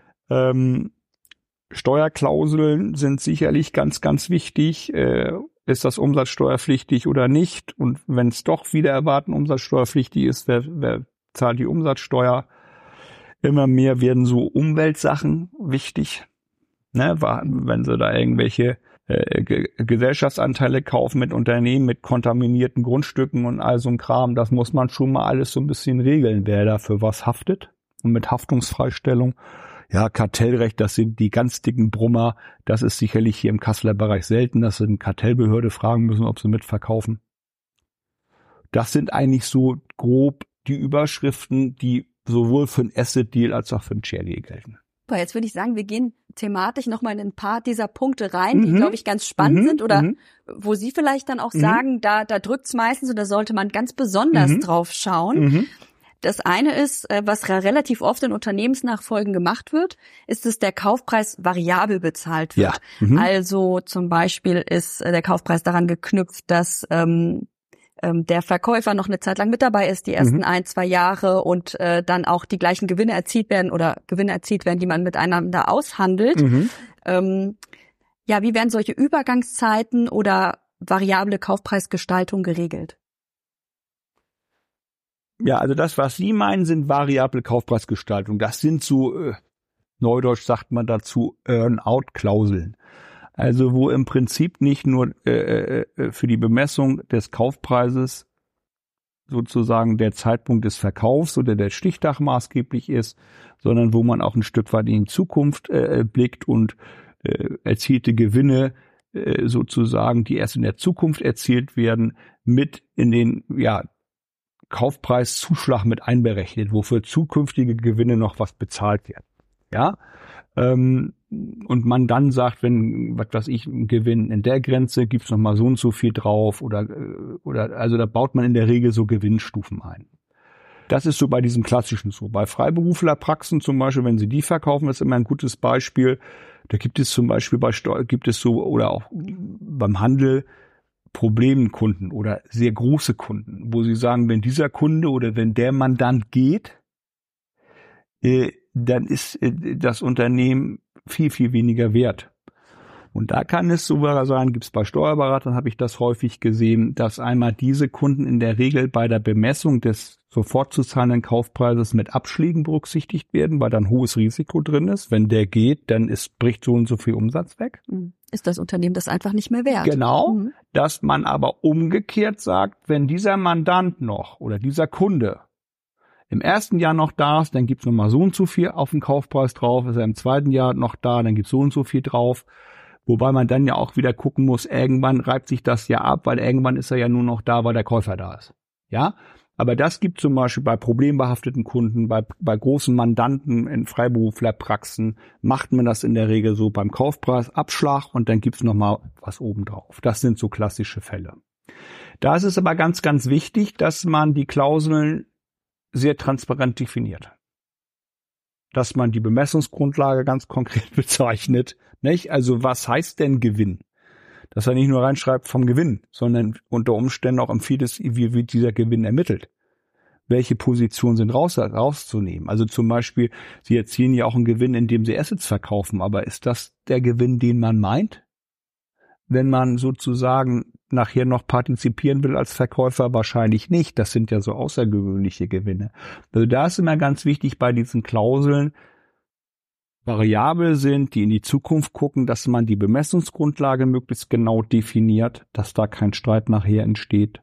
B: Steuerklauseln sind sicherlich ganz, ganz wichtig. Ist das umsatzsteuerpflichtig oder nicht? Und wenn es doch wieder erwarten umsatzsteuerpflichtig ist, wer zahlt die Umsatzsteuer? Immer mehr werden so Umweltsachen wichtig. Ne, wenn sie da irgendwelche Gesellschaftsanteile kaufen mit Unternehmen, mit kontaminierten Grundstücken und all so ein Kram, das muss man schon mal alles so ein bisschen regeln, wer da für was haftet. Und mit Haftungsfreistellung, ja, Kartellrecht, das sind die ganz dicken Brummer, das ist sicherlich hier im Kasseler Bereich selten, dass sie eine Kartellbehörde fragen müssen, ob sie mitverkaufen. Das sind eigentlich so grob die Überschriften, die sowohl für einen Asset-Deal als auch für einen CRD gelten.
A: Jetzt würde ich sagen, wir gehen thematisch nochmal in ein paar dieser Punkte rein, die, glaube ich, ganz spannend sind oder wo Sie vielleicht dann auch sagen, da drückt's meistens oder sollte man ganz besonders drauf schauen. Das eine ist, was relativ oft in Unternehmensnachfolgen gemacht wird, ist, dass der Kaufpreis variabel bezahlt wird. Ja. Also zum Beispiel ist der Kaufpreis daran geknüpft, dass der Verkäufer noch eine Zeit lang mit dabei ist, die ersten 1-2 Jahre und dann auch die gleichen Gewinne erzielt werden, die man miteinander aushandelt. Wie werden solche Übergangszeiten oder variable Kaufpreisgestaltung geregelt?
B: Ja, also das, was Sie meinen, sind variable Kaufpreisgestaltung. Das sind so, neudeutsch sagt man dazu, Earn-out-Klauseln. Also wo im Prinzip nicht nur für die Bemessung des Kaufpreises sozusagen der Zeitpunkt des Verkaufs oder der Stichtag maßgeblich ist, sondern wo man auch ein Stück weit in die Zukunft blickt und erzielte Gewinne sozusagen, die erst in der Zukunft erzielt werden, mit in den Kaufpreiszuschlag mit einberechnet, wofür zukünftige Gewinne noch was bezahlt werden. Ja. Und man dann sagt, wenn, was weiß ich, ein Gewinn in der Grenze, gibt's noch mal so und so viel drauf oder also da baut man in der Regel so Gewinnstufen ein. Das ist so bei diesem klassischen so. Bei Freiberuflerpraxen zum Beispiel, wenn Sie die verkaufen, ist immer ein gutes Beispiel. Da gibt es zum Beispiel oder auch beim Handel Problemkunden oder sehr große Kunden, wo Sie sagen, wenn dieser Kunde oder wenn der Mandant geht, dann ist das Unternehmen viel, viel weniger wert. Und da kann es sogar sein, gibt es bei Steuerberatern, habe ich das häufig gesehen, dass einmal diese Kunden in der Regel bei der Bemessung des sofort zu zahlenden Kaufpreises mit Abschlägen berücksichtigt werden, weil da ein hohes Risiko drin ist. Wenn der geht, dann bricht so und so viel Umsatz weg.
A: Ist das Unternehmen das einfach nicht mehr wert?
B: Genau, dass man aber umgekehrt sagt, wenn dieser Mandant noch oder dieser Kunde im ersten Jahr noch da ist, dann gibt's noch mal so und so viel auf den Kaufpreis drauf. Ist er im zweiten Jahr noch da, dann gibt's so und so viel drauf. Wobei man dann ja auch wieder gucken muss, irgendwann reibt sich das ja ab, weil irgendwann ist er ja nur noch da, weil der Käufer da ist. Ja, aber das gibt zum Beispiel bei problembehafteten Kunden, bei großen Mandanten in Freiberuflerpraxen, macht man das in der Regel so beim Kaufpreisabschlag und dann gibt's noch mal was obendrauf. Das sind so klassische Fälle. Da ist es aber ganz, ganz wichtig, dass man die Klauseln sehr transparent definiert. Dass man die Bemessungsgrundlage ganz konkret bezeichnet. Nicht? Also was heißt denn Gewinn? Dass er nicht nur reinschreibt vom Gewinn, sondern unter Umständen auch empfiehlt es, wie wird dieser Gewinn ermittelt. welche Positionen sind rauszunehmen. Also zum Beispiel, Sie erzielen ja auch einen Gewinn, indem Sie Assets verkaufen, aber ist das der Gewinn, den man meint? Wenn man sozusagen nachher noch partizipieren will als Verkäufer, wahrscheinlich nicht. Das sind ja so außergewöhnliche Gewinne. Also da ist immer ganz wichtig bei diesen Klauseln, variabel sind, die in die Zukunft gucken, dass man die Bemessungsgrundlage möglichst genau definiert, dass da kein Streit nachher entsteht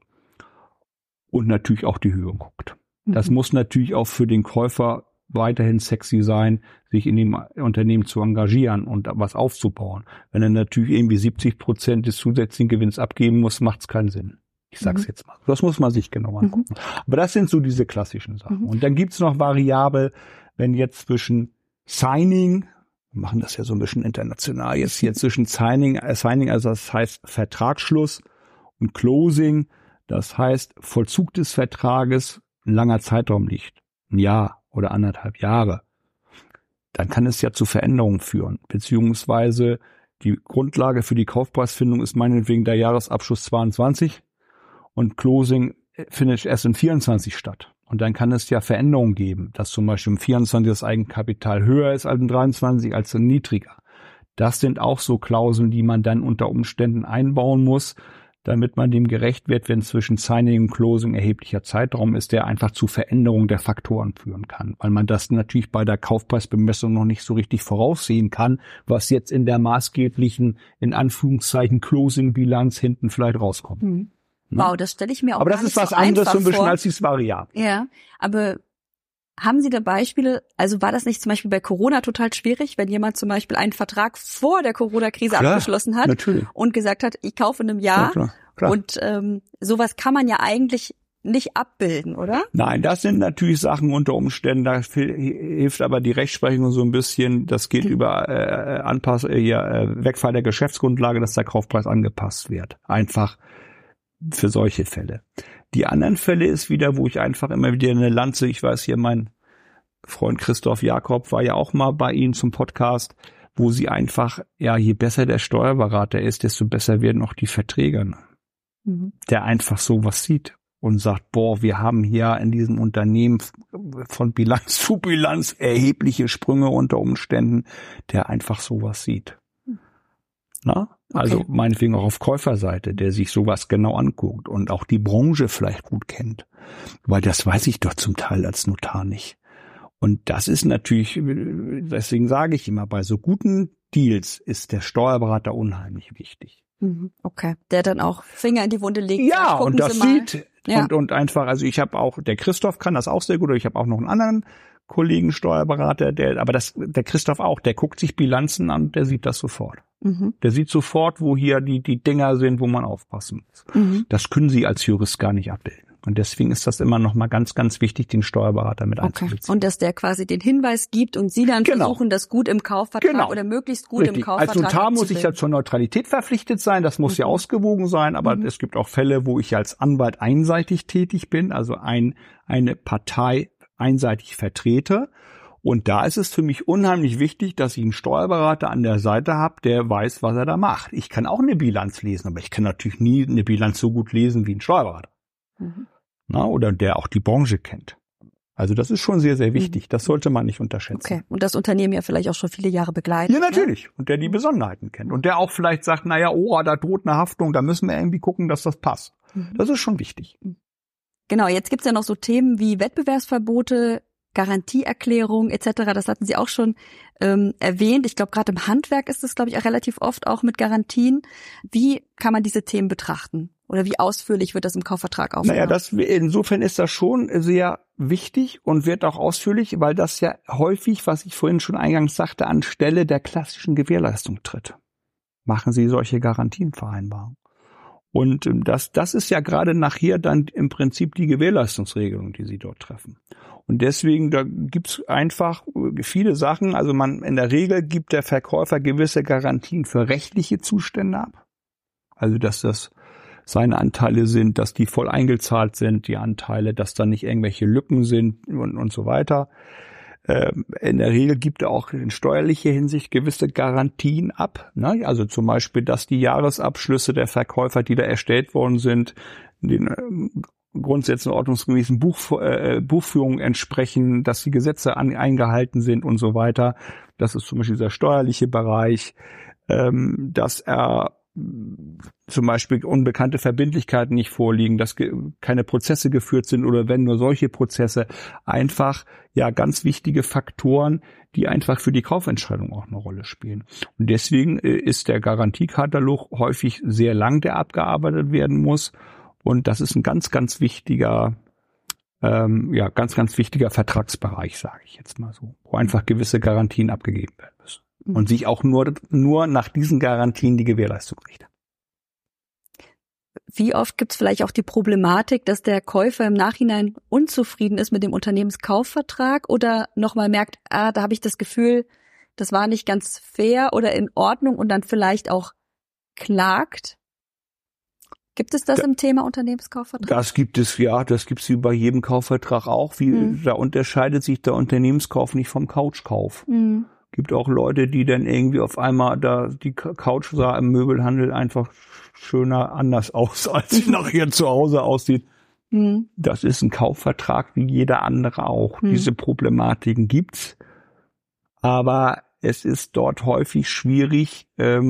B: und natürlich auch die Höhe guckt. Das muss natürlich auch für den Käufer weiterhin sexy sein, sich in dem Unternehmen zu engagieren und was aufzubauen. Wenn er natürlich irgendwie 70% des zusätzlichen Gewinns abgeben muss, macht es keinen Sinn. Ich sag's jetzt mal. Das muss man sich genau angucken. Aber das sind so diese klassischen Sachen. Und dann gibt's noch variabel, wenn jetzt zwischen Signing, wir machen das ja so ein bisschen international jetzt hier, zwischen Signing, also das heißt Vertragsschluss, und Closing, das heißt Vollzug des Vertrages, ein langer Zeitraum liegt, ein Jahr oder 1,5 Jahre, dann kann es ja zu Veränderungen führen, beziehungsweise die Grundlage für die Kaufpreisfindung ist meinetwegen der Jahresabschluss 22 und Closing findet erst in 24 statt. Und dann kann es ja Veränderungen geben, dass zum Beispiel im 24 das Eigenkapital höher ist als im 23, als im niedriger. Das sind auch so Klauseln, die man dann unter Umständen einbauen muss, damit man dem gerecht wird, wenn zwischen Signing und Closing erheblicher Zeitraum ist, der einfach zu Veränderungen der Faktoren führen kann. Weil man das natürlich bei der Kaufpreisbemessung noch nicht so richtig voraussehen kann, was jetzt in der maßgeblichen, in Anführungszeichen, Closing-Bilanz hinten vielleicht rauskommt.
A: Wow, das stelle ich mir auch
B: aber das ist was anderes so ein bisschen als dieses Variabel.
A: Ja, aber haben Sie da Beispiele, also war das nicht zum Beispiel bei Corona total schwierig, wenn jemand zum Beispiel einen Vertrag vor der Corona-Krise abgeschlossen hat und gesagt hat, ich kaufe in einem Jahr klar. Und sowas kann man ja eigentlich nicht abbilden, oder? Nein,
B: das sind natürlich Sachen unter Umständen, da hilft aber die Rechtsprechung so ein bisschen, das geht über Wegfall der Geschäftsgrundlage, dass der Kaufpreis angepasst wird. Einfach für solche Fälle. Die anderen Fälle ist wieder, wo ich einfach immer wieder eine Lanze, ich weiß hier, mein Freund Christoph Jakob war ja auch mal bei Ihnen zum Podcast, wo sie einfach, ja, je besser der Steuerberater ist, desto besser werden auch die Verträge. Der einfach sowas sieht und sagt, boah, wir haben hier in diesem Unternehmen von Bilanz zu Bilanz erhebliche Sprünge unter Umständen, der einfach sowas sieht. Na? Also meinetwegen auch auf Käuferseite, der sich sowas genau anguckt und auch die Branche vielleicht gut kennt. Weil das weiß ich doch zum Teil als Notar nicht. Und das ist natürlich, deswegen sage ich immer, bei so guten Deals ist der Steuerberater unheimlich wichtig.
A: Okay, der dann auch Finger in die Wunde legt.
B: Ja, und das sieht und einfach, also ich habe auch, der Christoph kann das auch sehr gut, oder ich habe auch noch einen anderen Kollegen Steuerberater, der Christoph auch, der guckt sich Bilanzen an, der sieht das sofort. Der sieht sofort, wo hier die Dinger sind, wo man aufpassen muss. Das können Sie als Jurist gar nicht abbilden. Und deswegen ist das immer noch mal ganz, ganz wichtig, den Steuerberater mit einzubeziehen.
A: Und dass der quasi den Hinweis gibt und Sie dann versuchen, das gut im Kaufvertrag oder möglichst gut im Kaufvertrag
B: als Notar muss ich ja zur Neutralität verpflichtet sein, das muss ja ausgewogen sein, aber es gibt auch Fälle, wo ich als Anwalt einseitig tätig bin, also eine Partei einseitig vertrete. Und da ist es für mich unheimlich wichtig, dass ich einen Steuerberater an der Seite habe, der weiß, was er da macht. Ich kann auch eine Bilanz lesen, aber ich kann natürlich nie eine Bilanz so gut lesen wie ein Steuerberater. Oder der auch die Branche kennt. Also das ist schon sehr, sehr wichtig. Das sollte man nicht unterschätzen.
A: Okay. Und das Unternehmen ja vielleicht auch schon viele Jahre begleitet.
B: Ja, natürlich. Ne? Und der die Besonderheiten kennt. Und der auch vielleicht sagt, naja, da droht eine Haftung, da müssen wir irgendwie gucken, dass das passt. Das ist schon wichtig.
A: Genau, jetzt gibt's ja noch so Themen wie Wettbewerbsverbote, Garantieerklärung etc. Das hatten Sie auch schon erwähnt. Ich glaube, gerade im Handwerk ist es, glaube ich, auch relativ oft auch mit Garantien. Wie kann man diese Themen betrachten? Oder wie ausführlich wird das im Kaufvertrag aufgenommen? Naja,
B: insofern ist das schon sehr wichtig und wird auch ausführlich, weil das ja häufig, was ich vorhin schon eingangs sagte, anstelle der klassischen Gewährleistung tritt. Machen Sie solche Garantienvereinbarungen. Und das ist ja gerade nachher dann im Prinzip die Gewährleistungsregelung, die Sie dort treffen. Und deswegen, da gibt's einfach viele Sachen. Also in der Regel gibt der Verkäufer gewisse Garantien für rechtliche Zustände ab. Also, dass das seine Anteile sind, dass die voll eingezahlt sind, die Anteile, dass da nicht irgendwelche Lücken sind und so weiter. In der Regel gibt er auch in steuerlicher Hinsicht gewisse Garantien ab. Ne? Also zum Beispiel, dass die Jahresabschlüsse der Verkäufer, die da erstellt worden sind, den Grundsätzen ordnungsgemäßen Buchführung entsprechen, dass die Gesetze eingehalten sind und so weiter. Das ist zum Beispiel dieser steuerliche Bereich, dass er zum Beispiel unbekannte Verbindlichkeiten nicht vorliegen, dass keine Prozesse geführt sind oder wenn nur solche Prozesse, einfach ja ganz wichtige Faktoren, die einfach für die Kaufentscheidung auch eine Rolle spielen. Und deswegen ist der Garantiekatalog häufig sehr lang, der abgearbeitet werden muss. Und das ist ein ganz, ganz wichtiger, ganz, ganz wichtiger Vertragsbereich, sage ich jetzt mal so, wo einfach gewisse Garantien abgegeben werden müssen. Und sich auch nur nach diesen Garantien die Gewährleistung richtet.
A: Wie oft gibt es vielleicht auch die Problematik, dass der Käufer im Nachhinein unzufrieden ist mit dem Unternehmenskaufvertrag oder nochmal merkt, da habe ich das Gefühl, das war nicht ganz fair oder in Ordnung und dann vielleicht auch klagt? Gibt es das im Thema Unternehmenskaufvertrag?
B: Das gibt es, ja. Das gibt es wie bei jedem Kaufvertrag auch. Da unterscheidet sich der Unternehmenskauf nicht vom Couchkauf. Gibt auch Leute, die dann irgendwie auf einmal die Couch sah im Möbelhandel einfach schöner anders aus, als sie nachher zu Hause aussieht. Das ist ein Kaufvertrag wie jeder andere auch. Diese Problematiken gibt's. Aber es ist dort häufig schwierig,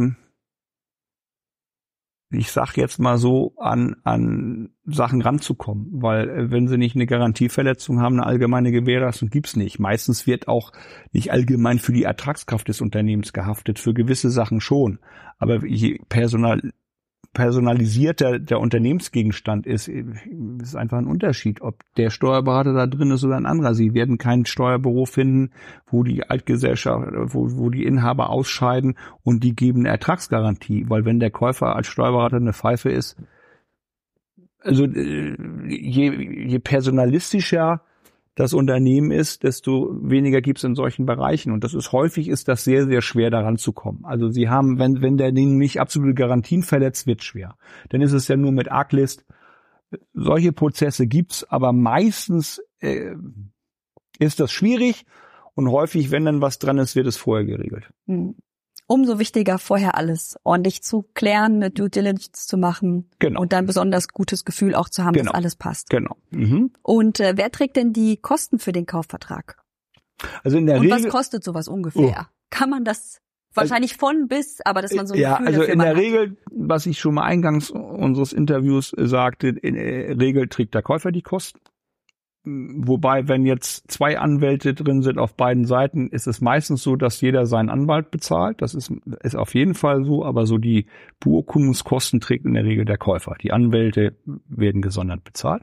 B: ich sag jetzt mal so, an Sachen ranzukommen, weil wenn sie nicht eine Garantieverletzung haben, eine allgemeine Gewährleistung gibt's nicht. Meistens wird auch nicht allgemein für die Ertragskraft des Unternehmens gehaftet, für gewisse Sachen schon. Aber je personalisierter der Unternehmensgegenstand ist einfach ein Unterschied, ob der Steuerberater da drin ist oder ein anderer. Sie werden kein Steuerbüro finden, wo die Altgesellschaft, wo die Inhaber ausscheiden und die geben eine Ertragsgarantie, weil wenn der Käufer als Steuerberater eine Pfeife ist, also je personalistischer das Unternehmen ist, desto weniger gibt es in solchen Bereichen. Und häufig ist das sehr, sehr schwer, daran zu kommen. Also sie haben, wenn der Ding nicht absolute Garantien verletzt, wird schwer. Dann ist es ja nur mit Arglist. Solche Prozesse gibt's, aber meistens ist das schwierig und häufig, wenn dann was dran ist, wird es vorher geregelt.
A: Umso wichtiger, vorher alles ordentlich zu klären, eine Due Diligence zu machen und dann besonders gutes Gefühl auch zu haben, dass alles passt.
B: Genau.
A: Und wer trägt denn die Kosten für den Kaufvertrag?
B: Also in der Regel.
A: Und was kostet sowas ungefähr? Kann man das wahrscheinlich von bis, aber dass man so ein Gefühl
B: also
A: dafür
B: in der
A: hat.
B: Regel, was ich schon mal eingangs unseres Interviews sagte, in der Regel trägt der Käufer die Kosten. Wobei, wenn jetzt 2 Anwälte drin sind auf beiden Seiten, ist es meistens so, dass jeder seinen Anwalt bezahlt. Das ist auf jeden Fall so, aber so die Beurkundungskosten trägt in der Regel der Käufer. Die Anwälte werden gesondert bezahlt.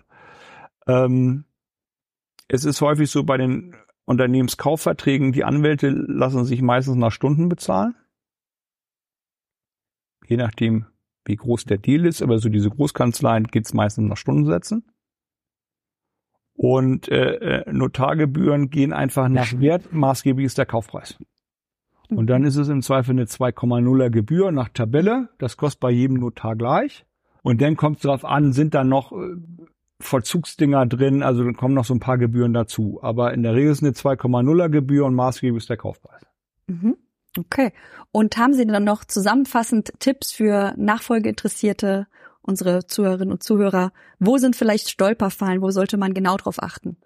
B: Es ist häufig so bei den Unternehmenskaufverträgen, die Anwälte lassen sich meistens nach Stunden bezahlen. Je nachdem, wie groß der Deal ist, aber so diese Großkanzleien geht's meistens nach Stundensätzen. Und Notargebühren gehen einfach nach Wert, maßgeblich ist der Kaufpreis. Und dann ist es im Zweifel eine 2,0er Gebühr nach Tabelle, das kostet bei jedem Notar gleich. Und dann kommt es darauf an, sind da noch Vollzugsdinger drin, also dann kommen noch so ein paar Gebühren dazu. Aber in der Regel ist es eine 2,0er Gebühr und maßgeblich ist der Kaufpreis.
A: Okay. Und haben Sie dann noch zusammenfassend Tipps für Nachfolgeinteressierte, unsere Zuhörerinnen und Zuhörer? Wo sind vielleicht Stolperfallen? Wo sollte man genau drauf achten?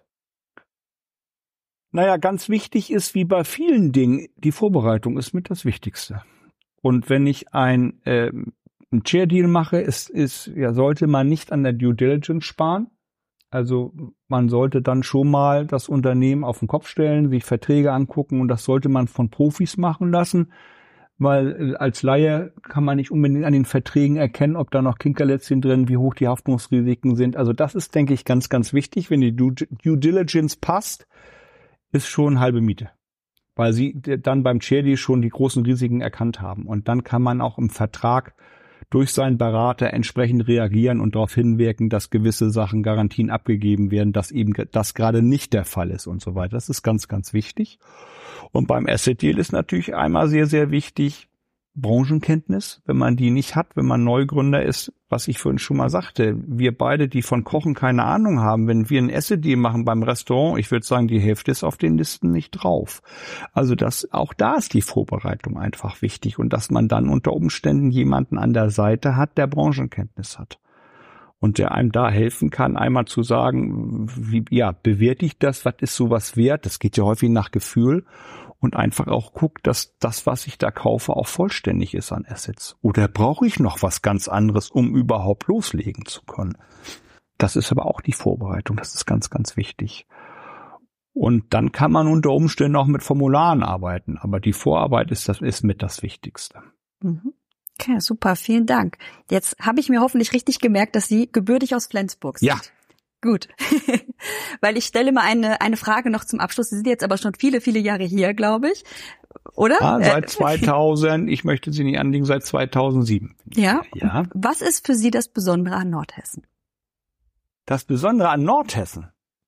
B: Naja, ganz wichtig ist, wie bei vielen Dingen, die Vorbereitung ist mit das Wichtigste. Und wenn ich einen Share-Deal mache, sollte man nicht an der Due Diligence sparen. Also man sollte dann schon mal das Unternehmen auf den Kopf stellen, sich Verträge angucken und das sollte man von Profis machen lassen. Weil als Laie kann man nicht unbedingt an den Verträgen erkennen, ob da noch Kinkerlätzchen drin, wie hoch die Haftungsrisiken sind. Also das ist, denke ich, ganz, ganz wichtig. Wenn die Due Diligence passt, ist schon halbe Miete. Weil sie dann beim Share-Deal schon die großen Risiken erkannt haben. Und dann kann man auch im Vertrag durch seinen Berater entsprechend reagieren und darauf hinwirken, dass gewisse Sachen Garantien abgegeben werden, dass eben das gerade nicht der Fall ist und so weiter. Das ist ganz, ganz wichtig. Und beim Asset Deal ist natürlich einmal sehr, sehr wichtig Branchenkenntnis. Wenn man die nicht hat, wenn man Neugründer ist, was ich vorhin schon mal sagte, wir beide, die von Kochen keine Ahnung haben, wenn wir ein Asset Deal machen beim Restaurant, ich würde sagen, die Hälfte ist auf den Listen nicht drauf. Also auch da ist die Vorbereitung einfach wichtig und dass man dann unter Umständen jemanden an der Seite hat, der Branchenkenntnis hat. und der einem da helfen kann, einmal zu sagen, wie, ja, bewerte ich das, was ist sowas wert? Das geht ja häufig nach Gefühl und einfach auch guckt, dass das, was ich da kaufe, auch vollständig ist an Assets. Oder brauche ich noch was ganz anderes, um überhaupt loslegen zu können? Das ist aber auch die Vorbereitung, das ist ganz, ganz wichtig. Und dann kann man unter Umständen auch mit Formularen arbeiten, aber die Vorarbeit ist mit das Wichtigste.
A: Okay, super, vielen Dank. Jetzt habe ich mir hoffentlich richtig gemerkt, dass Sie gebürtig aus Flensburg sind.
B: Ja.
A: Gut, weil ich stelle mal eine Frage noch zum Abschluss. Sie sind jetzt aber schon viele, viele Jahre hier, glaube ich, oder?
B: Ja, seit 2000, ich möchte Sie nicht anlegen, seit 2007.
A: Ja.
B: Ja.
A: Was ist für Sie das Besondere an Nordhessen?
B: Das Besondere an Nordhessen?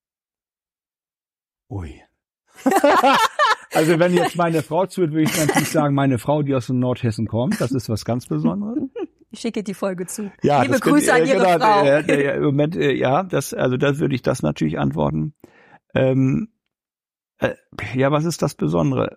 B: Ui. Also wenn jetzt meine Frau zuhört, würde ich natürlich sagen, meine Frau, die aus dem Nordhessen kommt, das ist was ganz Besonderes.
A: Ich schicke die Folge zu.
B: Ja,
A: liebe Grüße an Ihre Frau.
B: Im Moment, ja, das würde ich das natürlich antworten. Ja, was ist das Besondere?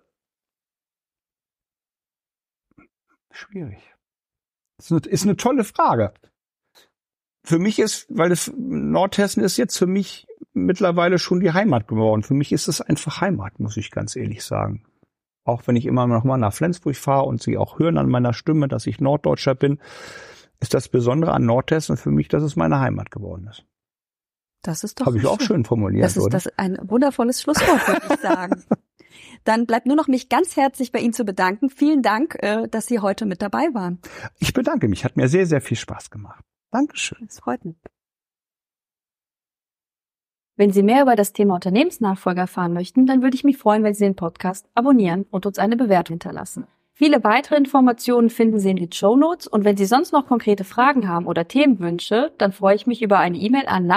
B: Schwierig. Ist eine tolle Frage. Für mich Nordhessen ist jetzt für mich mittlerweile schon die Heimat geworden. Für mich ist es einfach Heimat, muss ich ganz ehrlich sagen. Auch wenn ich immer noch mal nach Flensburg fahre und Sie auch hören an meiner Stimme, dass ich Norddeutscher bin, ist das Besondere an Nordhessen für mich, dass es meine Heimat geworden ist.
A: Das ist doch
B: Habe ich auch schön formuliert, oder?
A: Das ist ein wundervolles Schlusswort, würde ich sagen. Dann bleibt nur noch mich ganz herzlich bei Ihnen zu bedanken. Vielen Dank, dass Sie heute mit dabei waren.
B: Ich bedanke mich. Hat mir sehr, sehr viel Spaß gemacht. Dankeschön.
A: Es freut mich. Wenn Sie mehr über das Thema Unternehmensnachfolge erfahren möchten, dann würde ich mich freuen, wenn Sie den Podcast abonnieren und uns eine Bewertung hinterlassen. Viele weitere Informationen finden Sie in den Shownotes und wenn Sie sonst noch konkrete Fragen haben oder Themenwünsche, dann freue ich mich über eine E-Mail an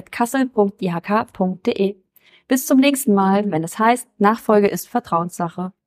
A: nachfolge@kassel.ihk.de. Bis zum nächsten Mal, wenn es heißt, Nachfolge ist Vertrauenssache.